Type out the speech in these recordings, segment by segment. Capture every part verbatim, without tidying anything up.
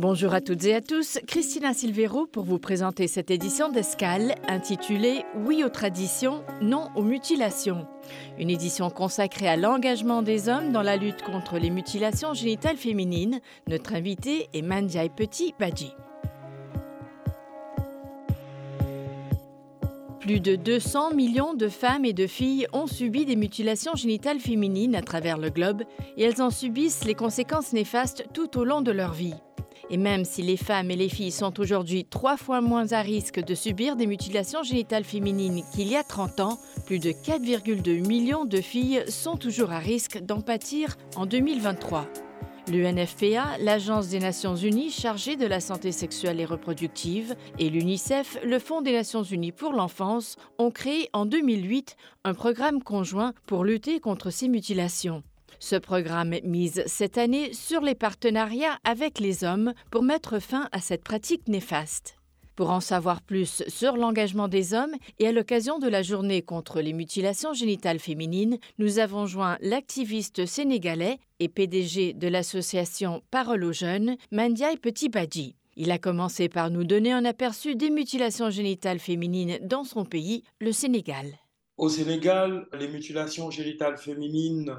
Bonjour à toutes et à tous, Christina Silvero pour vous présenter cette édition d'Escale intitulée « Oui aux traditions, non aux mutilations ». Une édition consacrée à l'engagement des hommes dans la lutte contre les mutilations génitales féminines. Notre invité est Mandiaye Petit Badji. Plus de deux cents millions de femmes et de filles ont subi des mutilations génitales féminines à travers le globe et elles en subissent les conséquences néfastes tout au long de leur vie. Et même si les femmes et les filles sont aujourd'hui trois fois moins à risque de subir des mutilations génitales féminines qu'il y a trente ans, plus de quatre virgule deux millions de filles sont toujours à risque d'en pâtir en deux mille vingt-trois. L'U N F P A, l'Agence des Nations Unies chargée de la santé sexuelle et reproductive, et l'UNICEF, le Fonds des Nations Unies pour l'enfance, ont créé en deux mille huit un programme conjoint pour lutter contre ces mutilations. Ce programme mise cette année sur les partenariats avec les hommes pour mettre fin à cette pratique néfaste. Pour en savoir plus sur l'engagement des hommes et à l'occasion de la journée contre les mutilations génitales féminines, nous avons joint l'activiste sénégalais et P D G de l'association Parole aux jeunes, Mandiaye Petit Badji. Il a commencé par nous donner un aperçu des mutilations génitales féminines dans son pays, le Sénégal. Au Sénégal, les mutilations génitales féminines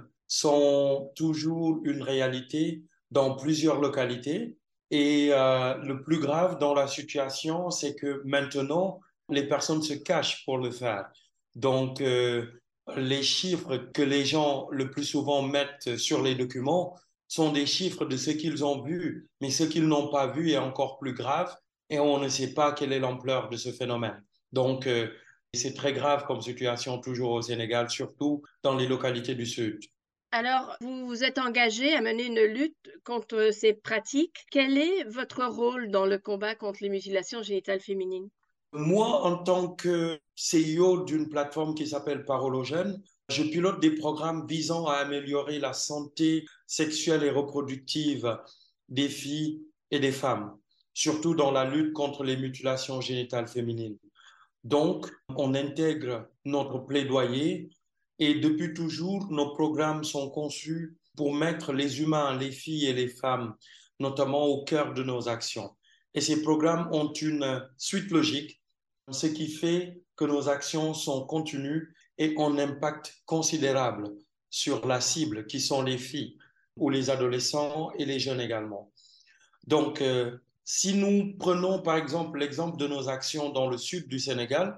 sont toujours une réalité dans plusieurs localités. Et euh, le plus grave dans la situation, c'est que maintenant, les personnes se cachent pour le faire. Donc, euh, les chiffres que les gens le plus souvent mettent sur les documents sont des chiffres de ce qu'ils ont vu, mais ce qu'ils n'ont pas vu est encore plus grave et on ne sait pas quelle est l'ampleur de ce phénomène. Donc, euh, c'est très grave comme situation toujours au Sénégal, surtout dans les localités du Sud. Alors, vous vous êtes engagé à mener une lutte contre ces pratiques. Quel est votre rôle dans le combat contre les mutilations génitales féminines? Moi, en tant que C E O d'une plateforme qui s'appelle Parole aux jeunes, je pilote des programmes visant à améliorer la santé sexuelle et reproductive des filles et des femmes, surtout dans la lutte contre les mutilations génitales féminines. Donc, on intègre notre plaidoyer et depuis toujours, nos programmes sont conçus pour mettre les humains, les filles et les femmes, notamment au cœur de nos actions. Et ces programmes ont une suite logique, ce qui fait que nos actions sont continues et ont un impact considérable sur la cible, qui sont les filles ou les adolescents et les jeunes également. Donc, euh, si nous prenons par exemple l'exemple de nos actions dans le sud du Sénégal,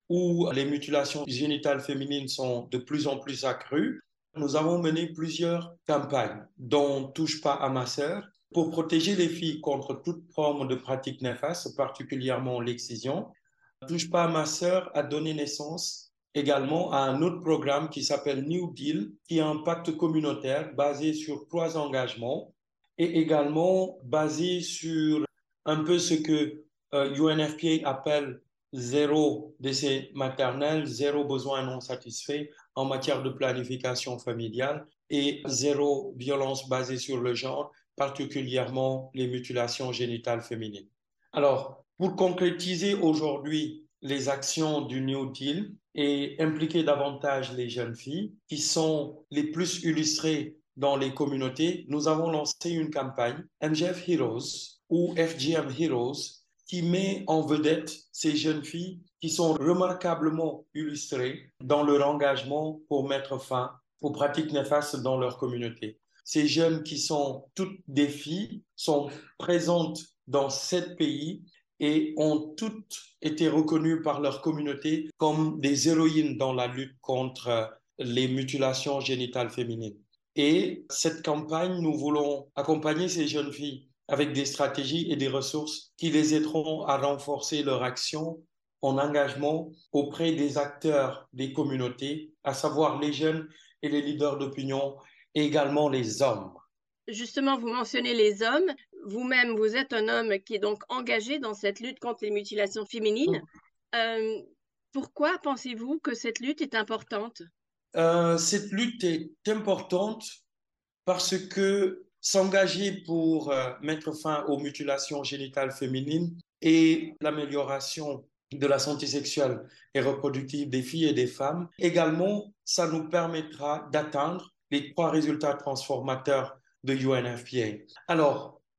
où les mutilations génitales féminines sont de plus en plus accrues, nous avons mené plusieurs campagnes, dont Touche pas à ma sœur, pour protéger les filles contre toute forme de pratique néfaste, particulièrement l'excision. Touche pas à ma sœur a donné naissance également à un autre programme qui s'appelle New Deal, qui a un pacte communautaire basé sur trois engagements et également basé sur un peu ce que euh, U N F P A appelle zéro décès maternel, zéro besoin non satisfait en matière de planification familiale et zéro violence basée sur le genre, particulièrement les mutilations génitales féminines. Alors, pour concrétiser aujourd'hui les actions du New Deal et impliquer davantage les jeunes filles qui sont les plus illustrées dans les communautés, nous avons lancé une campagne M G F Heroes ou F G M Heroes qui met en vedette ces jeunes filles qui sont remarquablement illustrées dans leur engagement pour mettre fin aux pratiques néfastes dans leur communauté. Ces jeunes qui sont toutes des filles sont présentes dans sept pays et ont toutes été reconnues par leur communauté comme des héroïnes dans la lutte contre les mutilations génitales féminines. Et cette campagne, nous voulons accompagner ces jeunes filles avec des stratégies et des ressources qui les aideront à renforcer leur action en engagement auprès des acteurs des communautés, à savoir les jeunes et les leaders d'opinion, et également les hommes. Justement, vous mentionnez les hommes. Vous-même, vous êtes un homme qui est donc engagé dans cette lutte contre les mutilations féminines. Euh, pourquoi pensez-vous que cette lutte est importante? Euh, cette lutte est importante parce que s'engager pour euh, mettre fin aux mutilations génitales féminines et l'amélioration de la santé sexuelle et reproductive des filles et des femmes, également, ça nous permettra d'atteindre les trois résultats transformateurs de U N F P A. Alors,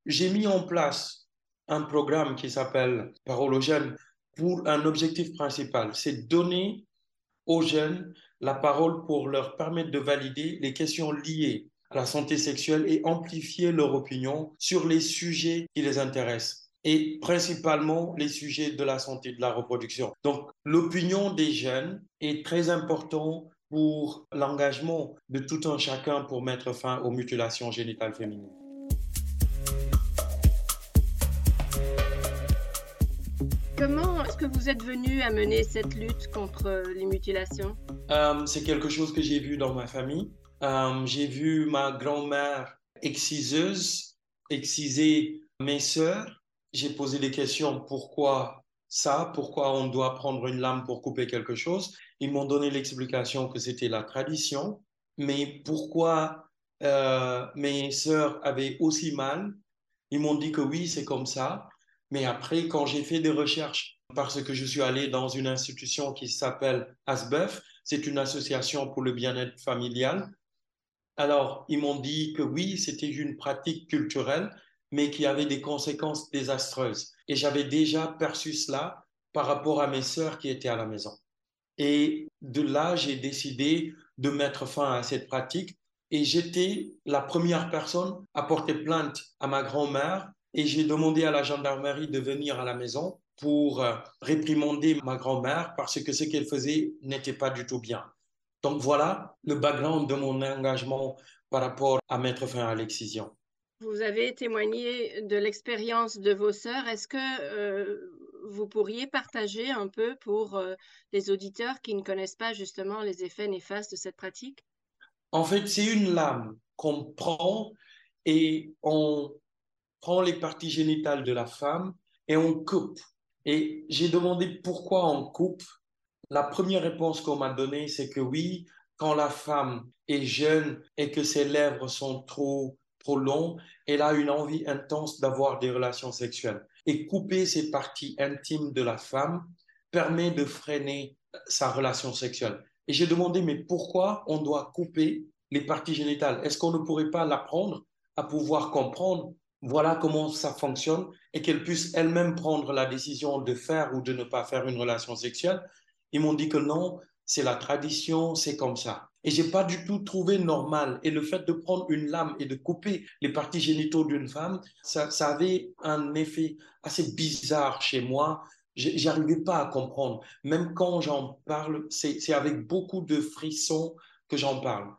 j'ai mis en place un programme qui s'appelle Parole aux jeunes pour un objectif principal, c'est donner aux jeunes la parole pour leur permettre de valider les questions liées à la santé sexuelle et amplifier leur opinion sur les sujets qui les intéressent et principalement les sujets de la santé de la reproduction. Donc, l'opinion des jeunes est très importante pour l'engagement de tout un chacun pour mettre fin aux mutilations génitales féminines. Comment est-ce que vous êtes venu à mener cette lutte contre les mutilations? Euh, c'est quelque chose que j'ai vu dans ma famille. Euh, j'ai vu ma grand-mère exciseuse, exciser mes sœurs. J'ai posé des questions, pourquoi ça? Pourquoi on doit prendre une lame pour couper quelque chose? Ils m'ont donné l'explication que c'était la tradition. Mais pourquoi euh, mes sœurs avaient aussi mal? Ils m'ont dit que oui, c'est comme ça. Mais après, quand j'ai fait des recherches, parce que je suis allé dans une institution qui s'appelle ASBEF, c'est une association pour le bien-être familial. Alors, ils m'ont dit que oui, c'était une pratique culturelle, mais qui avait des conséquences désastreuses. Et j'avais déjà perçu cela par rapport à mes sœurs qui étaient à la maison. Et de là, j'ai décidé de mettre fin à cette pratique. Et j'étais la première personne à porter plainte à ma grand-mère. Et j'ai demandé à la gendarmerie de venir à la maison pour euh, réprimander ma grand-mère parce que ce qu'elle faisait n'était pas du tout bien. Donc voilà le background de mon engagement par rapport à mettre fin à l'excision. Vous avez témoigné de l'expérience de vos sœurs. Est-ce que euh, vous pourriez partager un peu pour euh, les auditeurs qui ne connaissent pas justement les effets néfastes de cette pratique? En fait, c'est une lame qu'on prend et on prend les parties génitales de la femme et on coupe. Et j'ai demandé pourquoi on coupe. La première réponse qu'on m'a donnée, c'est que oui, quand la femme est jeune et que ses lèvres sont trop, trop longues, elle a une envie intense d'avoir des relations sexuelles. Et couper ces parties intimes de la femme permet de freiner sa relation sexuelle. Et j'ai demandé, mais pourquoi on doit couper les parties génitales? Est-ce qu'on ne pourrait pas l'apprendre à pouvoir comprendre voilà comment ça fonctionne et qu'elle puisse elle-même prendre la décision de faire ou de ne pas faire une relation sexuelle? Ils m'ont dit que non, c'est la tradition, c'est comme ça. Et j'ai pas du tout trouvé normal. Et le fait de prendre une lame et de couper les parties génitaux d'une femme, ça, ça avait un effet assez bizarre chez moi. J'arrivais pas à comprendre. Même quand j'en parle, c'est, c'est avec beaucoup de frissons que j'en parle.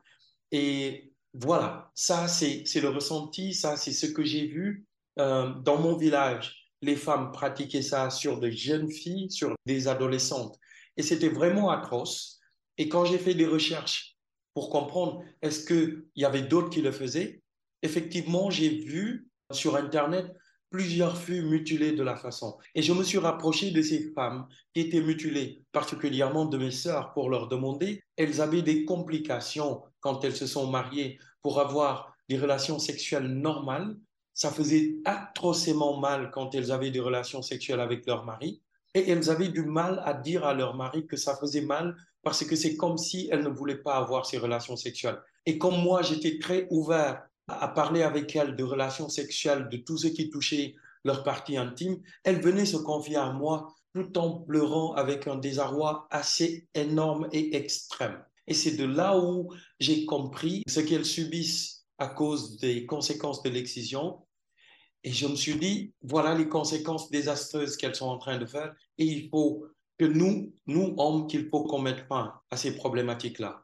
Et voilà, ça c'est, c'est le ressenti, ça c'est ce que j'ai vu euh, dans mon village. Les femmes pratiquaient ça sur des jeunes filles, sur des adolescentes. Et c'était vraiment atroce. Et quand j'ai fait des recherches pour comprendre est-ce qu'il y avait d'autres qui le faisaient, effectivement, j'ai vu sur Internet plusieurs filles mutilées de la façon. Et je me suis rapproché de ces femmes qui étaient mutilées, particulièrement de mes sœurs, pour leur demander, elles avaient des complications quand elles se sont mariées pour avoir des relations sexuelles normales. Ça faisait atrocement mal quand elles avaient des relations sexuelles avec leur mari. Et elles avaient du mal à dire à leur mari que ça faisait mal parce que c'est comme si elles ne voulaient pas avoir ces relations sexuelles. Et comme moi, j'étais très ouvert à parler avec elles de relations sexuelles, de tout ce qui touchait leur partie intime, elles venaient se confier à moi tout en pleurant avec un désarroi assez énorme et extrême. Et c'est de là où j'ai compris ce qu'elles subissent à cause des conséquences de l'excision. Et je me suis dit, voilà les conséquences désastreuses qu'elles sont en train de faire. Et il faut que nous, nous hommes, qu'il faut qu'on mette fin à ces problématiques-là.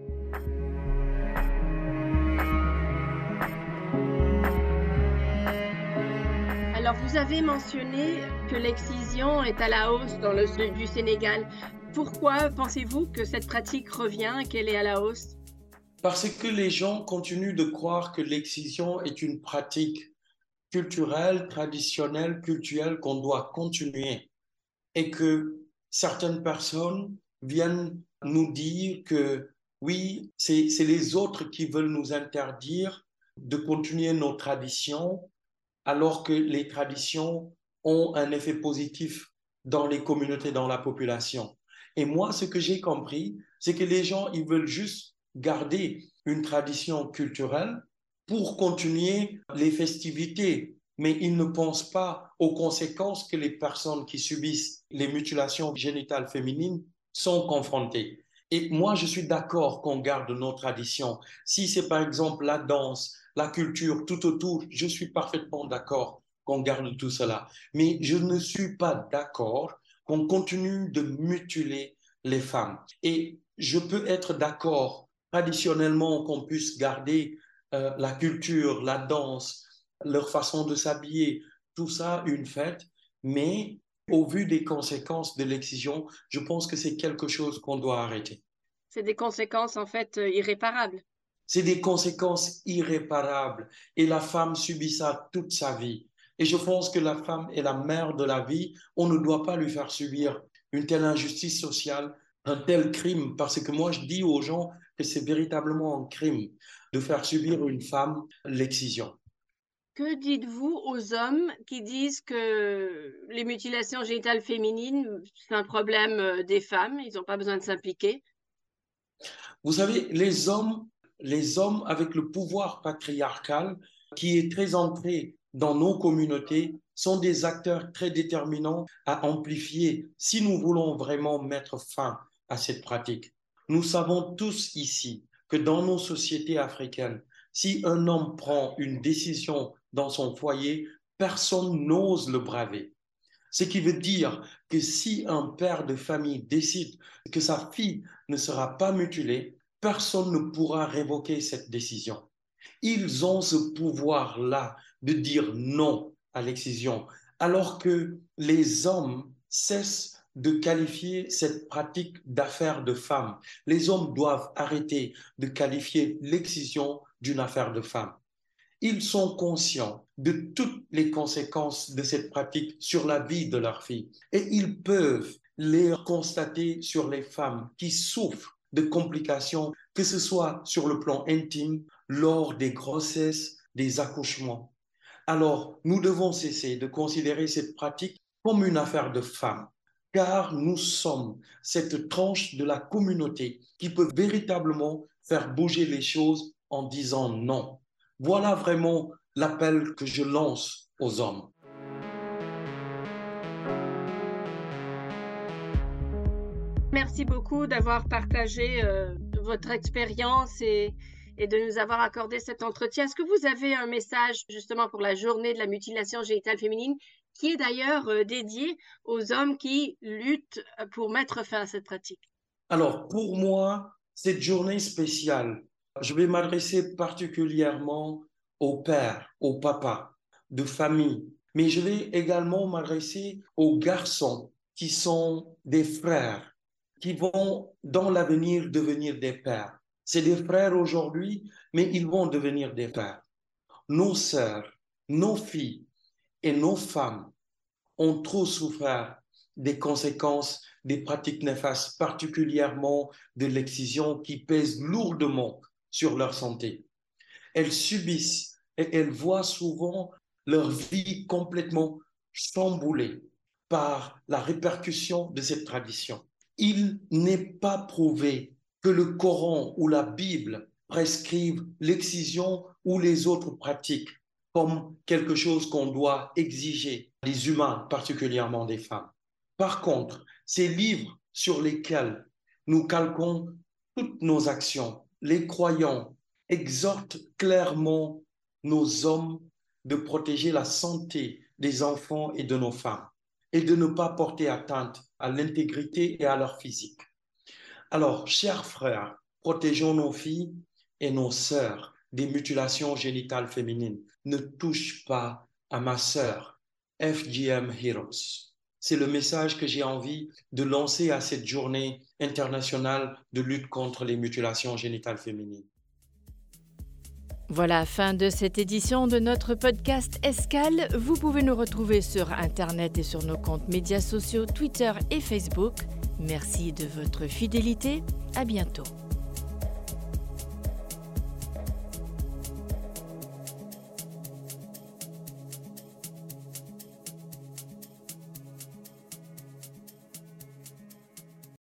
Alors, vous avez mentionné que l'excision est à la hausse dans le sud du Sénégal. Pourquoi pensez-vous que cette pratique revient et qu'elle est à la hausse? Parce que les gens continuent de croire que l'excision est une pratique culturelle, traditionnelle, culturelle qu'on doit continuer et que certaines personnes viennent nous dire que oui, c'est, c'est les autres qui veulent nous interdire de continuer nos traditions alors que les traditions ont un effet positif dans les communautés, dans la population. Et moi, ce que j'ai compris, c'est que les gens, ils veulent juste garder une tradition culturelle pour continuer les festivités, mais ils ne pensent pas aux conséquences que les personnes qui subissent les mutilations génitales féminines sont confrontées. Et moi, je suis d'accord qu'on garde nos traditions. Si c'est par exemple la danse, la culture, tout autour, je suis parfaitement d'accord qu'on garde tout cela. Mais je ne suis pas d'accord qu'on continue de mutiler les femmes. Et je peux être d'accord traditionnellement qu'on puisse garder euh, la culture, la danse, leur façon de s'habiller, tout ça une fête, mais au vu des conséquences de l'excision, je pense que c'est quelque chose qu'on doit arrêter. C'est des conséquences en fait euh, irréparables. C'est des conséquences irréparables et la femme subit ça toute sa vie. Et je pense que la femme est la mère de la vie. On ne doit pas lui faire subir une telle injustice sociale, un tel crime, parce que moi je dis aux gens que c'est véritablement un crime de faire subir une femme l'excision. Que dites-vous aux hommes qui disent que les mutilations génitales féminines, c'est un problème des femmes, ils n'ont pas besoin de s'impliquer? Vous savez, les hommes, les hommes avec le pouvoir patriarcal qui est très ancré dans nos communautés sont des acteurs très déterminants à amplifier si nous voulons vraiment mettre fin à cette pratique. Nous savons tous ici que dans nos sociétés africaines, si un homme prend une décision dans son foyer, personne n'ose le braver. Ce qui veut dire que si un père de famille décide que sa fille ne sera pas mutilée, personne ne pourra révoquer cette décision. Ils ont ce pouvoir-là de dire non à l'excision, alors que les hommes cessent de qualifier cette pratique d'affaire de femme. Les hommes doivent arrêter de qualifier l'excision d'une affaire de femme. Ils sont conscients de toutes les conséquences de cette pratique sur la vie de leur fille et ils peuvent les constater sur les femmes qui souffrent de complications, que ce soit sur le plan intime, lors des grossesses, des accouchements. Alors, nous devons cesser de considérer cette pratique comme une affaire de femmes, car nous sommes cette tranche de la communauté qui peut véritablement faire bouger les choses en disant non. Voilà vraiment l'appel que je lance aux hommes. Merci beaucoup d'avoir partagé euh, votre expérience et, et de nous avoir accordé cet entretien. Est-ce que vous avez un message justement pour la journée de la mutilation génitale féminine qui est d'ailleurs euh, dédié aux hommes qui luttent pour mettre fin à cette pratique? Alors, pour moi, cette journée spéciale, je vais m'adresser particulièrement aux pères, aux papas de famille, mais je vais également m'adresser aux garçons qui sont des frères, qui vont dans l'avenir devenir des pères. C'est des frères aujourd'hui, mais ils vont devenir des pères. Nos sœurs, nos filles et nos femmes ont trop souffert des conséquences des pratiques néfastes, particulièrement de l'excision qui pèse lourdement sur leur santé. Elles subissent et elles voient souvent leur vie complètement chamboulée par la répercussion de cette tradition. Il n'est pas prouvé que le Coran ou la Bible prescrivent l'excision ou les autres pratiques comme quelque chose qu'on doit exiger des humains, particulièrement des femmes. Par contre, ces livres sur lesquels nous calquons toutes nos actions, les croyants exhortent clairement nos hommes de protéger la santé des enfants et de nos femmes et de ne pas porter atteinte à l'intégrité et à leur physique. Alors, chers frères, protégeons nos filles et nos sœurs des mutilations génitales féminines. Ne touche pas à ma sœur, F G M Heroes. C'est le message que j'ai envie de lancer à cette journée internationale de lutte contre les mutilations génitales féminines. Voilà, fin de cette édition de notre podcast Escale. Vous pouvez nous retrouver sur Internet et sur nos comptes médias sociaux Twitter et Facebook. Merci de votre fidélité. À bientôt.